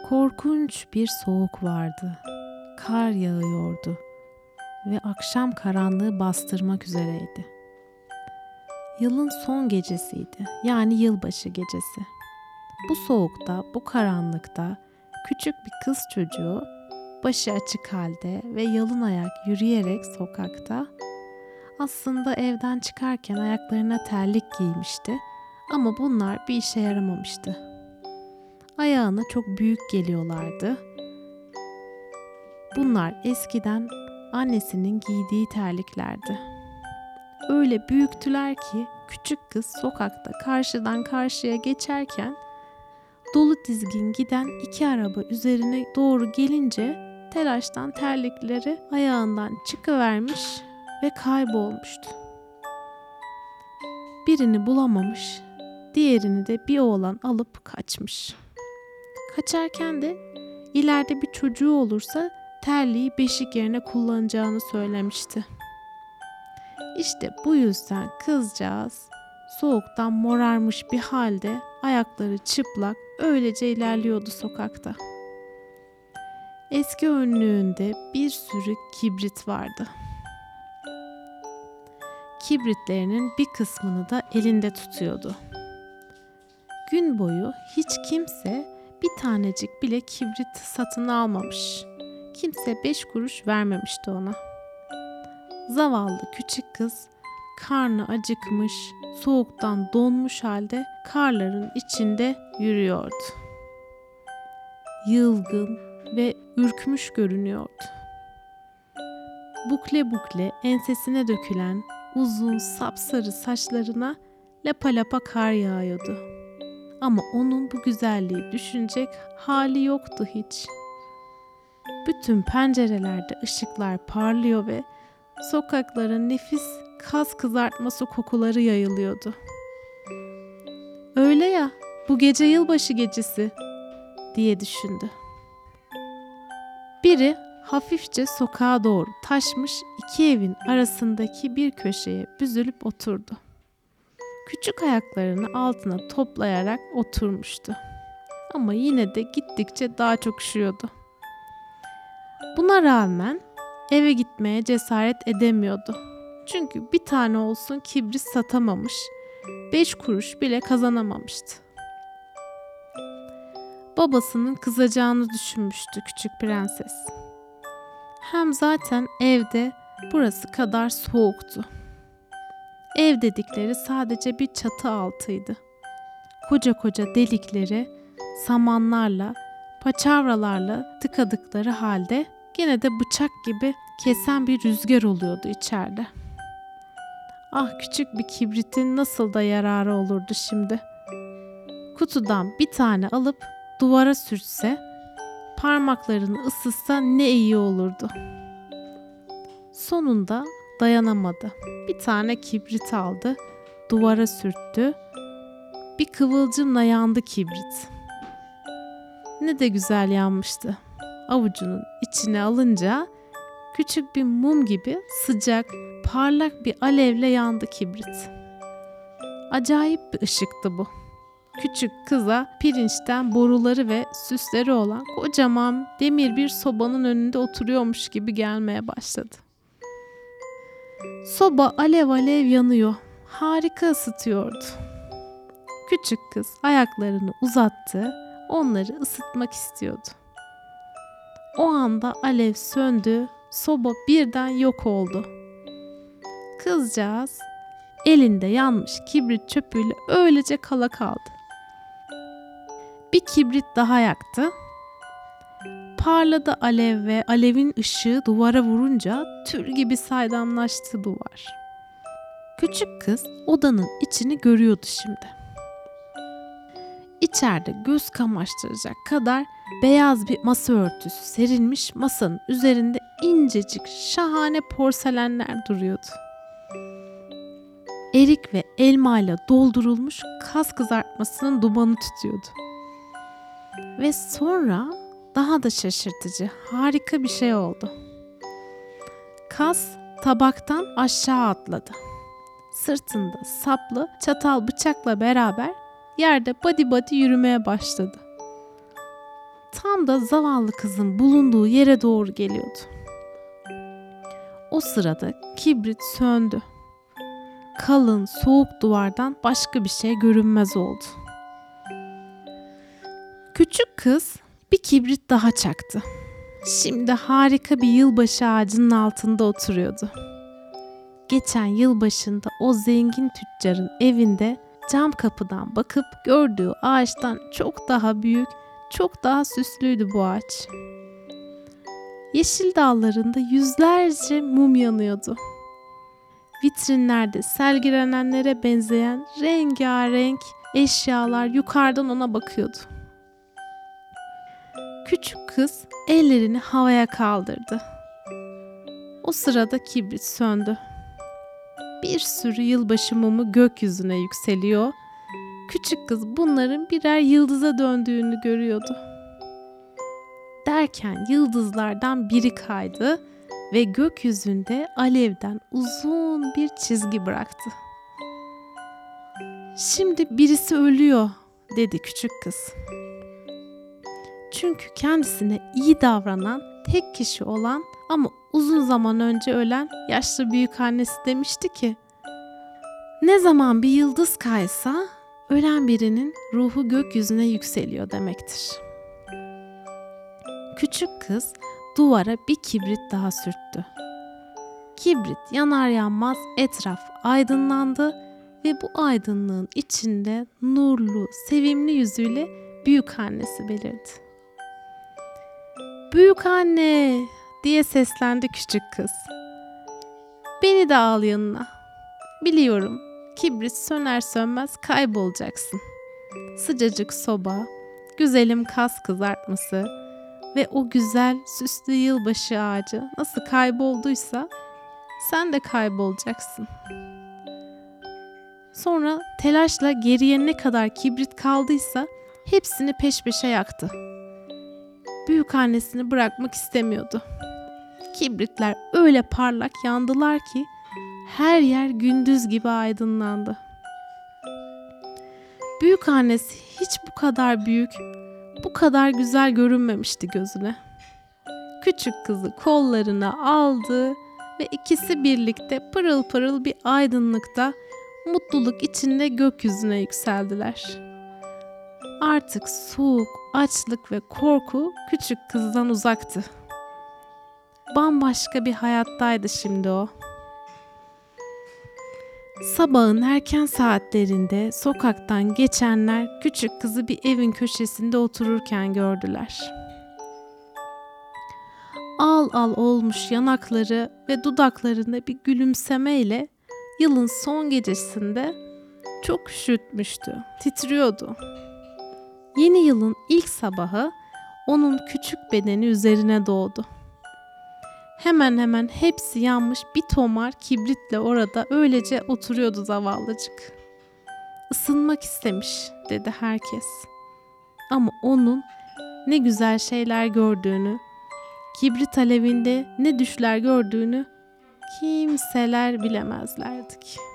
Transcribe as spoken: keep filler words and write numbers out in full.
Korkunç bir soğuk vardı. Kar yağıyordu ve akşam karanlığı bastırmak üzereydi. Yılın son gecesiydi, yani yılbaşı gecesi. Bu soğukta, bu karanlıkta küçük bir kız çocuğu başı açık halde ve yalın ayak yürüyerek sokakta, aslında evden çıkarken ayaklarına terlik giymişti ama bunlar bir işe yaramamıştı. Ayağına çok büyük geliyorlardı. Bunlar eskiden annesinin giydiği terliklerdi. Öyle büyüktüler ki küçük kız sokakta karşıdan karşıya geçerken dolu dizgin giden iki araba üzerine doğru gelince telaştan terlikleri ayağından çıkıvermiş ve kaybolmuştu. Birini bulamamış, diğerini de bir oğlan alıp kaçmış. Kaçarken de ileride bir çocuğu olursa terliği beşik yerine kullanacağını söylemişti. İşte bu yüzden kızcağız soğuktan morarmış bir halde ayakları çıplak öylece ilerliyordu sokakta. Eski önlüğünde bir sürü kibrit vardı. Kibritlerinin bir kısmını da elinde tutuyordu. Gün boyu hiç kimse bir tanecik bile kibrit satın almamış. Kimse beş kuruş vermemişti ona. Zavallı küçük kız karnı acıkmış, soğuktan donmuş halde karların içinde yürüyordu. Yılgın ve ürkmüş görünüyordu. Bukle bukle ensesine dökülen uzun sapsarı saçlarına lapa lapa kar yağıyordu. Ama onun bu güzelliği düşünecek hali yoktu hiç. Bütün pencerelerde ışıklar parlıyor ve sokaklara nefis kas kızartması kokuları yayılıyordu. Öyle ya, bu gece yılbaşı gecesi diye düşündü. Biri hafifçe sokağa doğru taşmış iki evin arasındaki bir köşeye büzülüp oturdu. Küçük ayaklarını altına toplayarak oturmuştu. Ama yine de gittikçe daha çok üşüyordu. Buna rağmen eve gitmeye cesaret edemiyordu. Çünkü bir tane olsun kibrit satamamış, beş kuruş bile kazanamamıştı. Babasının kızacağını düşünmüştü küçük prenses. Hem zaten evde burası kadar soğuktu. Ev dedikleri sadece bir çatı altıydı. Koca koca delikleri samanlarla, paçavralarla tıkadıkları halde gene de bıçak gibi kesen bir rüzgar oluyordu içeride. Ah, küçük bir kibritin nasıl da yararı olurdu şimdi. Kutudan bir tane alıp duvara sürtse, parmaklarını ısıtsa ne iyi olurdu. Sonunda dayanamadı. Bir tane kibrit aldı, duvara sürttü. Bir kıvılcımla yandı kibrit. Ne de güzel yanmıştı. Avucunun içine alınca küçük bir mum gibi sıcak, parlak bir alevle yandı kibrit. Acayip bir ışıktı bu. Küçük kıza pirinçten boruları ve süsleri olan kocaman demir bir sobanın önünde oturuyormuş gibi gelmeye başladı. Soba alev alev yanıyor. Harika ısıtıyordu. Küçük kız ayaklarını uzattı, onları ısıtmak istiyordu. O anda alev söndü, soba birden yok oldu. Kızcağız elinde yanmış kibrit çöpüyle öylece kala kaldı. Bir kibrit daha yaktı. Parladı alev ve alevin ışığı duvara vurunca tül gibi saydamlaştı duvar. Küçük kız odanın içini görüyordu şimdi. İçeride göz kamaştıracak kadar beyaz bir masa örtüsü serilmiş, masanın üzerinde incecik şahane porselenler duruyordu. Erik ve elmayla doldurulmuş kas kızartmasının dumanı tutuyordu. Ve sonra daha da şaşırtıcı, harika bir şey oldu. Kas tabaktan aşağı atladı. Sırtında saplı çatal bıçakla beraber yerde badi badi yürümeye başladı. tam da zavallı kızın bulunduğu yere doğru geliyordu. O sırada kibrit söndü. Kalın, soğuk duvardan başka bir şey görünmez oldu. Küçük kız bir kibrit daha çaktı. Şimdi harika bir yılbaşı ağacının altında oturuyordu. Geçen yılbaşında o zengin tüccarın evinde cam kapıdan bakıp gördüğü ağaçtan çok daha büyük, çok daha süslüydü bu ağaç. Yeşil dallarında yüzlerce mum yanıyordu. Vitrinlerde sergilenenlere benzeyen rengarenk eşyalar yukarıdan ona bakıyordu. Küçük kız ellerini havaya kaldırdı. O sırada kibrit söndü. Bir sürü yılbaşı mumu gökyüzüne yükseliyor. Küçük kız bunların birer yıldıza döndüğünü görüyordu. Derken yıldızlardan biri kaydı ve gökyüzünde alevden uzun bir çizgi bıraktı. "Şimdi birisi ölüyor," dedi küçük kız. Çünkü kendisine iyi davranan tek kişi olan ama uzun zaman önce ölen yaşlı büyükannesi demişti ki, "Ne zaman bir yıldız kaysa ölen birinin ruhu gökyüzüne yükseliyor demektir." Küçük kız duvara bir kibrit daha sürttü. Kibrit yanar yanmaz etraf aydınlandı ve bu aydınlığın içinde nurlu, sevimli yüzüyle büyükannesi belirdi. "Büyükanne!" diye seslendi küçük kız. "Beni de al yanına. Biliyorum, kibrit söner sönmez kaybolacaksın. Sıcacık soba, güzelim kas kızartması ve o güzel süslü yılbaşı ağacı nasıl kaybolduysa sen de kaybolacaksın." Sonra telaşla geriye ne kadar kibrit kaldıysa hepsini peş peşe yaktı. Büyükannesini bırakmak istemiyordu. Kibritler öyle parlak yandılar ki her yer gündüz gibi aydınlandı. Büyükannesi hiç bu kadar büyük, bu kadar güzel görünmemişti gözüne. Küçük kızı kollarına aldı ve ikisi birlikte pırıl pırıl bir aydınlıkta, mutluluk içinde gökyüzüne yükseldiler. Artık soğuk, açlık ve korku küçük kızdan uzaktı. Bambaşka bir hayattaydı şimdi o. Sabahın erken saatlerinde sokaktan geçenler küçük kızı bir evin köşesinde otururken gördüler. Al al olmuş yanakları ve dudaklarında bir gülümsemeyle yılın son gecesinde çok üşütmüştü, titriyordu. Yeni yılın ilk sabahı onun küçük bedeni üzerine doğdu. Hemen hemen hepsi yanmış bir tomar kibritle orada öylece oturuyordu zavallıcık. "Isınmak istemiş," dedi herkes. Ama onun ne güzel şeyler gördüğünü, kibrit alevinde ne düşler gördüğünü kimseler bilemezlerdi ki.